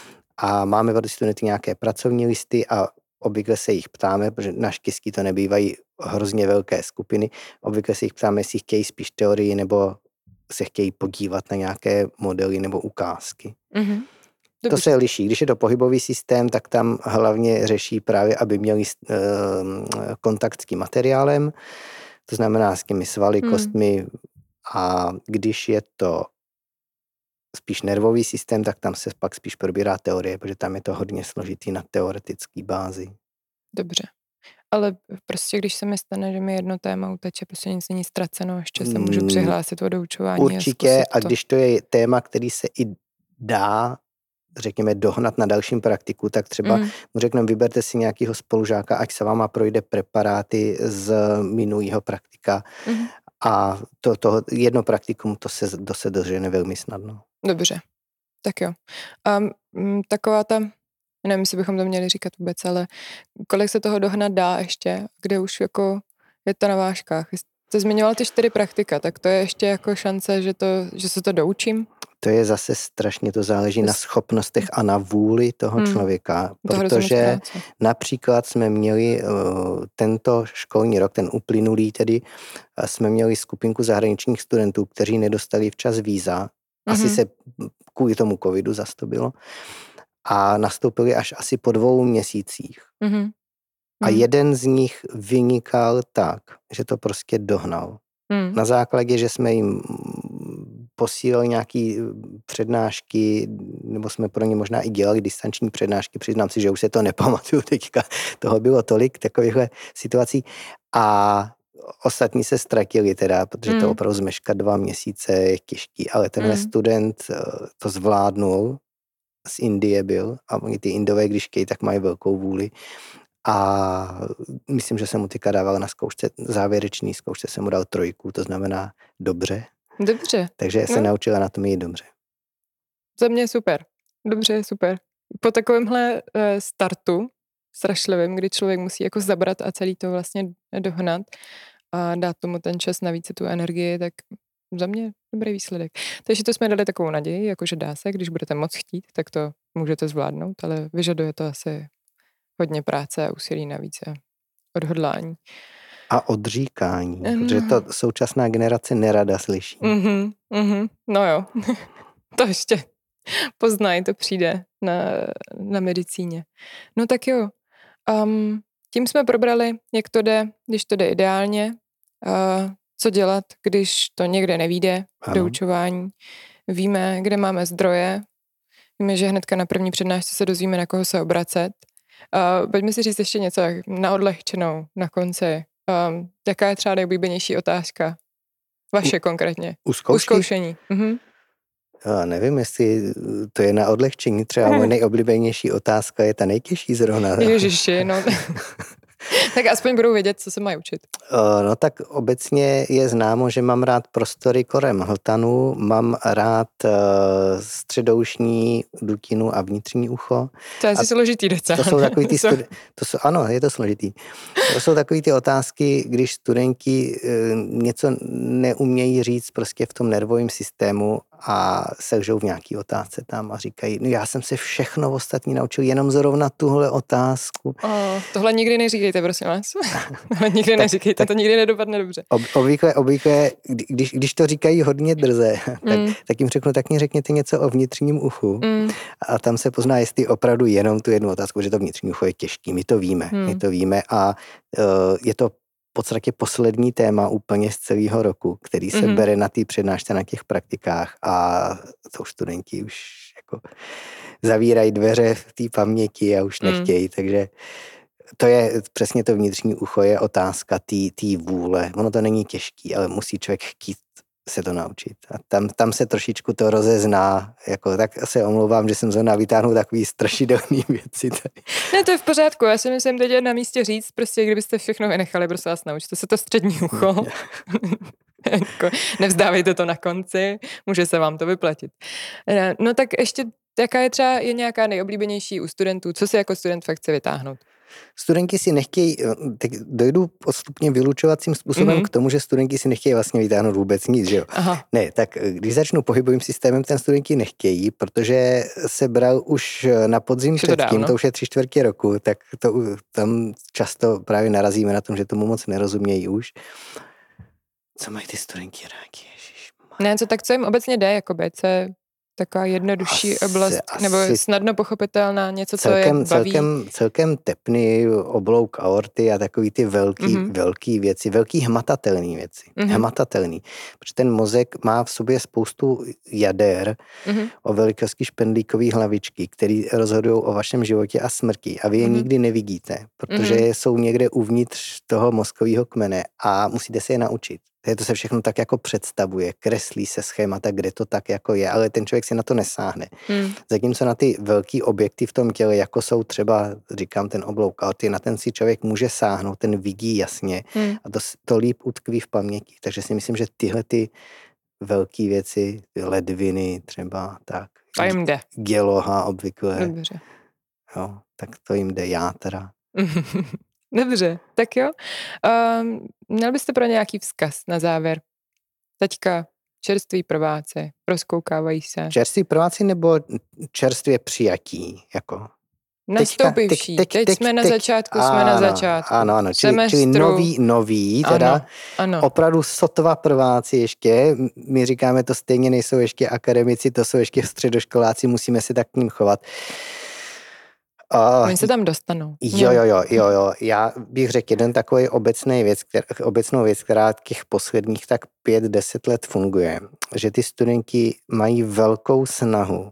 A máme pro ty studenty nějaké pracovní listy a obvykle se jich ptáme, protože naštěstí to nebývají hrozně velké skupiny, obvykle se jich ptáme, jestli chtějí spíš teorii nebo se chtějí podívat na nějaké modely nebo ukázky. Mm-hmm. To se liší. Když je to pohybový systém, tak tam hlavně řeší právě, aby měli uh, kontakt s tím materiálem, to znamená s těmi svaly, hmm. kostmi, a když je to spíš nervový systém, tak tam se pak spíš probírá teorie, protože tam je to hodně složitý na teoretický bázi. Dobře. Ale prostě, když se mi stane, že mi jedno téma uteče, prostě nic není ztraceno, ještě se můžu přihlásit o doučování. Určitě, a, a když to je téma, který se i dá, řekněme, dohnat na dalším praktiku, tak třeba mm. mu řekneme, vyberte si nějakého spolužáka, ať se váma projde preparáty z minulého praktika mm. A to, to jedno praktikum, to se, to se dožene velmi snadno. Dobře, tak jo. A m, taková ta, nevím, jestli bychom to měli říkat vůbec, ale kolik se toho dohnat dá ještě, kde už jako je to na vážkách. Jste zmiňoval ty čtyři praktika, tak to je ještě jako šance, že, to, že se to doučím? To je zase strašně, to záleží na schopnostech a na vůli toho hmm. člověka, protože například jsme měli uh, tento školní rok, ten uplynulý tedy, uh, jsme měli skupinku zahraničních studentů, kteří nedostali včas víza, asi hmm. se kvůli tomu covidu zas to bylo, a nastoupili až asi po dvou měsících. Hmm. A jeden z nich vynikal tak, že to prostě dohnal. Hmm. Na základě, že jsme jim posílali nějaký přednášky, nebo jsme pro ně možná i dělali distanční přednášky, přiznám si, že už se to nepamatuju teďka, toho bylo tolik takovýchhle situací a ostatní se ztratili teda, protože hmm. to opravdu zmeškat dva měsíce je těžký, ale tenhle hmm. student to zvládnul, z Indie byl a oni ty Indové, když chtějí, tak mají velkou vůli. A myslím, že jsem mu teďka dával na zkoušce, závěrečný zkoušce jsem mu dal trojku, to znamená dobře. Dobře. Takže no. se naučila na tom jít dobře. Za mě super. Dobře, super. Po takovémhle startu strašlivým, kdy člověk musí jako zabrat a celý to vlastně dohnat a dát tomu ten čas, navíc tu energii, tak za mě dobrý výsledek. Takže to jsme dali takovou naději, jakože dá se, když budete moc chtít, tak to můžete zvládnout, ale vyžaduje to asi hodně práce a úsilí navíc a odhodlání. A odříkání, mm. protože to současná generace nerada slyší. Mm-hmm, mm-hmm, no jo, to ještě poznají, to přijde na, na medicíně. No tak jo, um, tím jsme probrali, jak to jde, když to jde ideálně, uh, co dělat, když to někde nevyjde, doučování. Víme, kde máme zdroje, víme, že hnedka na první přednášce se dozvíme, na koho se obracet. Uh, pojďme si říct ještě něco na odlehčenou, na konci. Um, jaká je třeba nejoblíbenější otázka? Vaše u, konkrétně. U zkoušky? U zkoušení. Mhm. Já nevím, jestli to je na odlehčení. Třeba moje nejoblíbenější otázka je ta nejtěžší zrovna. Ježiši, no. Tak aspoň budou vědět, co se mají učit. No tak obecně je známo, že mám rád prostory kolem hltanu, mám rád středoušní dutinu a vnitřní ucho. To je asi složitý docela. To jsou takový ty studi- to jsou, ano, je to složitý. To jsou takový ty otázky, když studenti něco neumějí říct prostě v tom nervovém systému a selžou v nějaký otázce tam a říkají, no já jsem se všechno ostatní naučil, jenom zrovna tuhle otázku. Oh, tohle nikdy neříkejte, prosím vás. Tohle nikdy tak, neříkejte, tak, to nikdy nedopadne dobře. Ob, obvykle, obvykle když, když to říkají hodně drze, tak, mm. tak jim řeknu, tak mi řekněte něco o vnitřním uchu. Mm. A tam se pozná, jestli opravdu jenom tu jednu otázku, že to vnitřní ucho je těžký. My to víme, mm. my to víme a uh, je to v podstatě poslední téma úplně z celého roku, který se mm-hmm. bere na té přednášce, na těch praktikách a to už studenti už jako zavírají dveře v té paměti a už nechtějí, mm. takže to je přesně to vnitřní ucho, je otázka té vůle. Ono to není těžký, ale musí člověk chtít se to naučit. A tam, tam se trošičku to rozezná, jako, tak se omlouvám, že jsem zrovna vytáhnul takový strašidelný věci tady. Ne, to je v pořádku, já si myslím, teď je na místě říct, prostě kdybyste všechno vynechali, prostě vás naučte se to střední ucho. Nevzdávejte to na konci, může se vám to vyplatit. No tak ještě, jaká je třeba je nějaká nejoblíbenější u studentů, co si jako student fakt chce vytáhnout? Studenti si nechtějí, tak dojdu postupně vylučovacím způsobem mm-hmm. k tomu, že studenti si nechtějí vlastně vytáhnout vůbec nic, že jo? Aha. Ne, tak když začnu pohybovým systémem, ten studenti nechtějí, protože se bral už na podzim předtím, to, to už je tři čtvrtě roku, tak to, tam často právě narazíme na tom, že tomu moc nerozumějí už. Co mají ty studenti rádi, ježišmarja. Ne, co tak co jim obecně jde, jakoby, co je taková jednodušší asi, oblast, asi nebo snadno pochopitelná, něco, celkem, co je baví. Celkem, celkem tepný oblouk aorty a takový ty velký, mm-hmm. velký věci, velký hmatatelný věci. Mm-hmm. Hmatatelný. Protože ten mozek má v sobě spoustu jader mm-hmm. o velikosti špendlíkové hlavičky, které rozhodují o vašem životě a smrti. A vy je mm-hmm. nikdy nevidíte, protože mm-hmm. jsou někde uvnitř toho mozkového kmene a musíte se je naučit. To se všechno tak jako představuje, kreslí se schémata, kde to tak jako je, ale ten člověk si na to nesáhne. Hmm. Zatímco na ty velký objekty v tom těle, jako jsou třeba, říkám, ten oblouk, ale ty na ten si člověk může sáhnout, ten vidí jasně hmm. a to, to líp utkví v paměti. Takže si myslím, že tyhle ty velké věci, ledviny třeba, tak. To jim jde. Děloha obvykle. Dobře. Jo, tak to jim jde, já teda. Dobře, tak jo. Um, měl byste pro nějaký vzkaz na závěr? Teďka čerství prváci, rozkoukávají se. Čerství prváci nebo čerstvě přijatí? Jako? Nastoupivší. Teď, teď, teď jsme teď, na začátku, teď, jsme ano, na začátku. Ano, ano, čili, čili nový, nový, teda ano, ano. Opravdu sotva prváci ještě, my říkáme to stejně, nejsou ještě akademici, to jsou ještě středoškoláci, musíme se tak k ním chovat. Uh, Oni se tam dostanou. Jo, jo, jo, jo, jo. Já bych řekl jeden takový obecný věc, která, obecnou věc, která těch posledních tak pět, deset let funguje, že ty studenti mají velkou snahu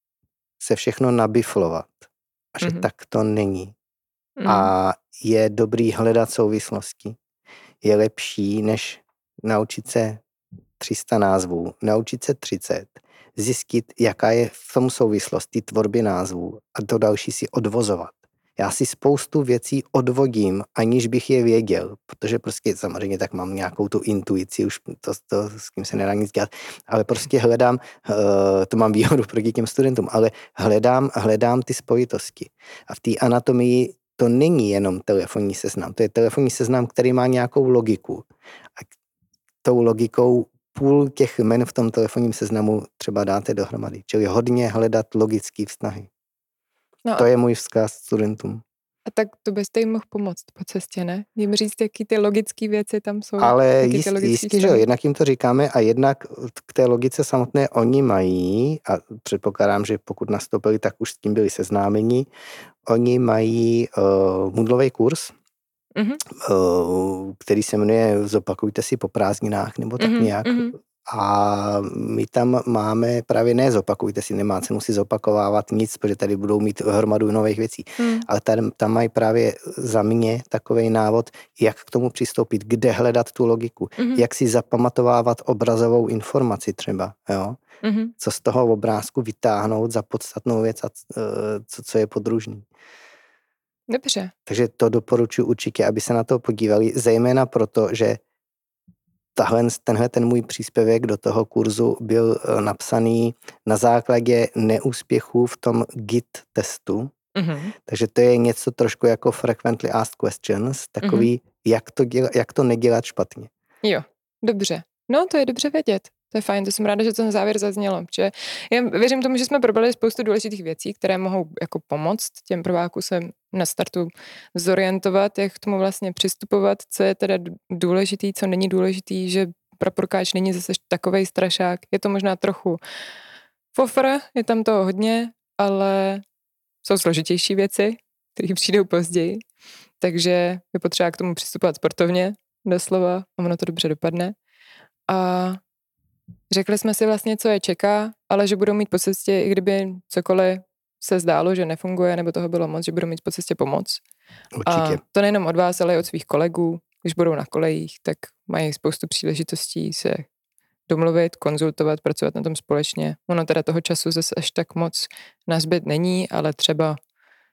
se všechno nabiflovat a že mm-hmm. tak to není. Mm-hmm. A je dobrý hledat souvislosti. Je lepší, než naučit se tři sta názvů, naučit se třicet, zjistit, jaká je v tom souvislost ty tvorby názvů a to další si odvozovat. Já si spoustu věcí odvodím, aniž bych je věděl, protože prostě samozřejmě tak mám nějakou tu intuici, už to, to s kým se nedá nic dělat, ale prostě hledám, to mám výhodu proti těm studentům, ale hledám, hledám ty spojitosti. A v té anatomii to není jenom telefonní seznam, to je telefonní seznam, který má nějakou logiku. A tou logikou půl těch jmen v tom telefonním seznamu třeba dáte dohromady. Čili hodně hledat logické vztahy. No, to je můj vzkaz studentům. A tak to byste jim mohl pomoct po cestě, ne? Jim říct, jaký ty logické věci tam jsou. Ale jist, jistě, že jo, jednak jim to říkáme a jednak k té logice samotné oni mají, a předpokládám, že pokud nastoupili, tak už s tím byli seznámeni, oni mají uh, Moodlový kurz, mm-hmm. uh, který se jmenuje Zopakujte si po prázdninách, nebo tak mm-hmm. nějak. Mm-hmm. A my tam máme právě ne zopakujte si, nemá cenu si zopakovávat nic, protože tady budou mít hromadu nových věcí. Hmm. Ale tam, tam mají právě za mě takovej návod, jak k tomu přistoupit, kde hledat tu logiku, hmm. jak si zapamatovávat obrazovou informaci třeba, jo? Hmm. Co z toho obrázku vytáhnout za podstatnou věc a co, co je podružný. Dobře. Takže to doporučuji určitě, aby se na to podívali, zejména proto, že Tahle, tenhle ten můj příspěvek do toho kurzu byl napsaný na základě neúspěchů v tom git testu. Mm-hmm. Takže to je něco trošku jako frequently asked questions, takový, mm-hmm. jak, to děla, jak to nedělat špatně. Jo, dobře. No, to je dobře vědět. To je fajn, to jsem ráda, že to na závěr zaznělo. Protože já věřím tomu, že jsme probrali spoustu důležitých věcí, které mohou jako pomoct těm prvákům se na startu zorientovat, jak k tomu vlastně přistupovat, co je teda důležitý, co není důležitý, že praporkáč není zase takovej strašák. Je to možná trochu fofr, je tam toho hodně, ale jsou složitější věci, které přijdou později. Takže je potřeba k tomu přistupovat sportovně, doslova, a ono to dobře dopadne. A řekli jsme si vlastně, co je čeká, ale že budou mít po cestě, i kdyby cokoliv se zdálo, že nefunguje, nebo toho bylo moc, že budou mít po cestě pomoc. Určitě. A to nejenom od vás, ale i od svých kolegů. Když budou na kolejích, tak mají spoustu příležitostí se domluvit, konzultovat, pracovat na tom společně. Ono teda toho času zase až tak moc nazbyt není, ale třeba uh,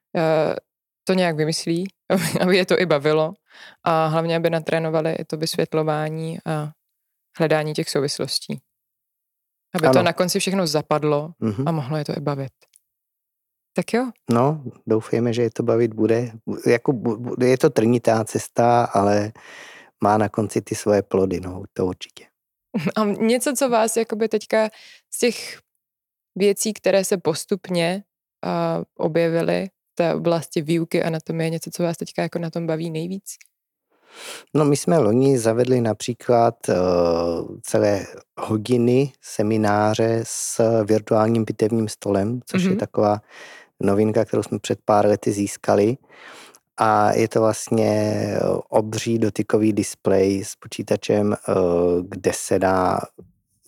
to nějak vymyslí, aby je to i bavilo a hlavně, aby natrénovali i to vysvětlování a hledání těch souvislostí. Aby ano. to na konci všechno zapadlo mm-hmm. a mohlo je to i bavit. Tak jo. No, doufejme, že je to bavit bude. Jako, je to trnitá cesta, ale má na konci ty svoje plody, no, to určitě. A něco, co vás jakoby teďka z těch věcí, které se postupně uh, objevily v té oblasti výuky anatomie, něco, co vás teďka jako na tom baví nejvíc? No, my jsme loni zavedli například uh, celé hodiny semináře s virtuálním pitevním stolem, což mm-hmm. je taková novinka, kterou jsme před pár lety získali. A je to vlastně obří dotykový displej s počítačem, uh, kde se dá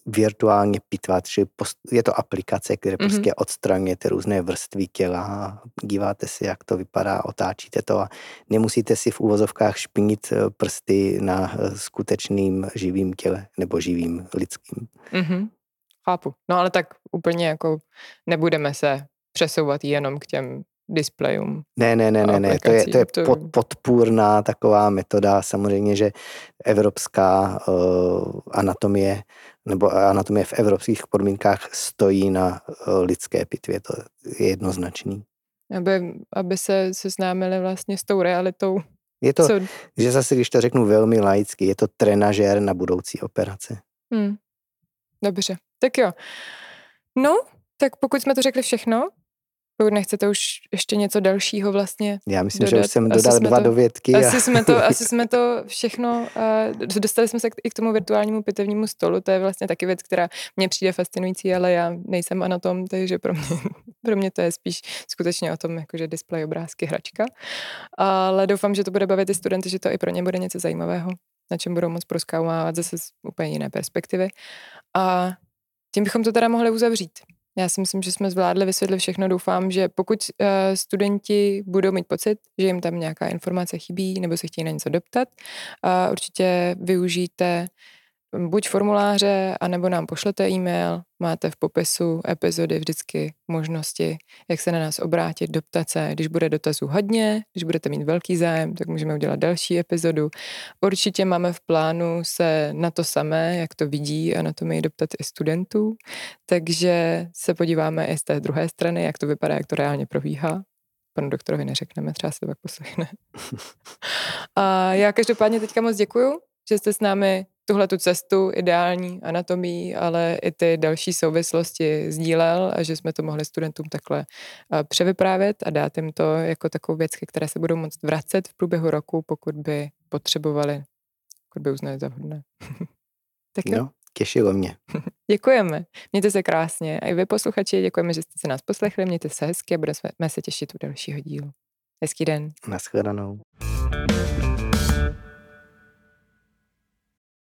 virtuálně pitvat, že je to aplikace, kde Mhm. prostě odstraňujete různé vrstvy těla, díváte si, jak to vypadá, otáčíte to a nemusíte si v úvozovkách špinit prsty na skutečným živým těle nebo živým lidským. Mhm. Chápu. No ale tak úplně jako nebudeme se přesouvat jenom k těm displejům. Ne, ne, ne, ne, ne. To je, to je pod, podpůrná taková metoda. Samozřejmě, že evropská uh, anatomie nebo anatomie v evropských podmínkách stojí na uh, lidské pitvě. To je jednoznačný. Aby, aby se seznámili vlastně s tou realitou. Je to, co... že zase, když to řeknu velmi laicky, je to trenažér na budoucí operace. Hmm. Dobře, tak jo. No, tak pokud jsme to řekli všechno, pokud nechcete už ještě něco dalšího vlastně Já myslím, dodat, že už jsem dodal dva to, dovědky. Asi, a... jsme to, asi jsme to všechno, uh, dostali jsme se i k tomu virtuálnímu pitevnímu stolu, to je vlastně taky věc, která mě přijde fascinující, ale já nejsem anatom, takže pro mě, pro mě to je spíš skutečně o tom, jakože displej, obrázky, hračka. Ale doufám, že to bude bavit i studenty, že to i pro ně bude něco zajímavého, na čem budou moc prozkoumávat zase z úplně jiné perspektivy. A tím bychom to teda mohli uzavřít. Já si myslím, že jsme zvládli vysvětlit všechno. Doufám, že pokud uh, studenti budou mít pocit, že jim tam nějaká informace chybí nebo se chtějí na něco doptat, uh, určitě využijte buď formuláře, anebo nám pošlete e-mail. Máte v popisu epizody vždycky možnosti, jak se na nás obrátit, doptat se. Když bude dotazů hodně, když budete mít velký zájem, tak můžeme udělat další epizodu. Určitě máme v plánu se na to samé, jak to vidí, a na to mají doptat i studentů. Takže se podíváme i z té druhé strany, jak to vypadá, jak to reálně probíhá. Panu doktorovi neřekneme, třeba se to pak poslechne. A já každopádně teďka moc děkuju, že jste s námi tuhle tu cestu ideální anatomii, ale i ty další souvislosti sdílel a že jsme to mohli studentům takhle převyprávět a dát jim to jako takovou věc, ke které se budou moct vracet v průběhu roku, pokud by potřebovali, pokud by uznali za vhodné. Tak jo. No, těšilo mě. Děkujeme. Mějte se krásně. A i vy posluchači, děkujeme, že jste se nás poslechli. Mějte se hezky a budeme se těšit u dalšího dílu. Hezký den. Naschledanou.